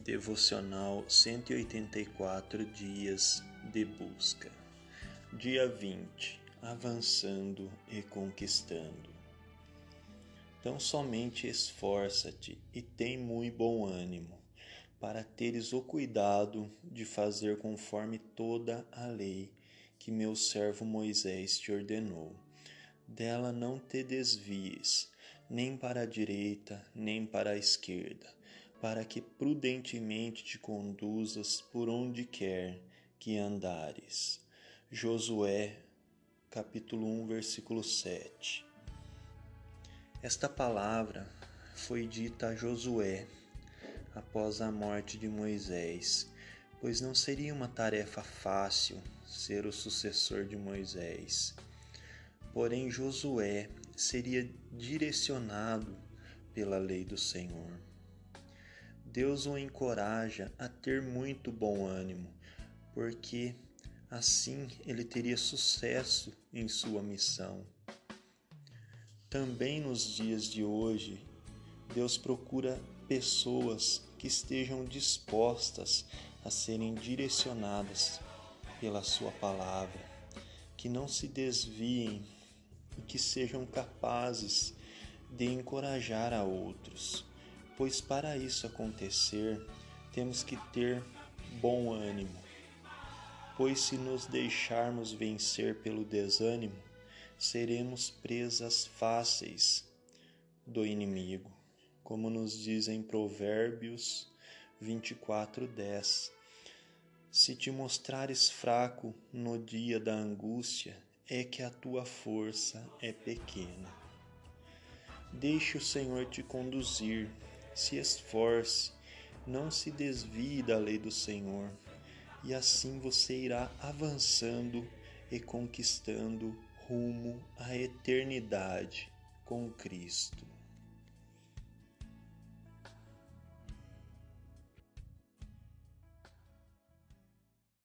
Devocional 184 Dias de Busca. Dia 20. Avançando e conquistando. Tão somente esforça-te e tem muito bom ânimo, para teres o cuidado de fazer conforme toda a lei que meu servo Moisés te ordenou. Dela não te desvies, nem para a direita, nem para a esquerda, para que prudentemente te conduzas por onde quer que andares. Josué, capítulo 1, versículo 7. Esta palavra foi dita a Josué após a morte de Moisés, pois não seria uma tarefa fácil ser o sucessor de Moisés. Porém, Josué seria direcionado pela lei do Senhor. Deus o encoraja a ter muito bom ânimo, porque assim ele teria sucesso em sua missão. Também nos dias de hoje, Deus procura pessoas que estejam dispostas a serem direcionadas pela sua palavra, que não se desviem e que sejam capazes de encorajar a outros, pois para isso acontecer, temos que ter bom ânimo, pois se nos deixarmos vencer pelo desânimo, seremos presas fáceis do inimigo, como nos diz em Provérbios 24:10. Se te mostrares fraco no dia da angústia, é que a tua força é pequena. Deixe o Senhor te conduzir, se esforce, não se desvie da lei do Senhor, e assim você irá avançando e conquistando rumo à eternidade com Cristo.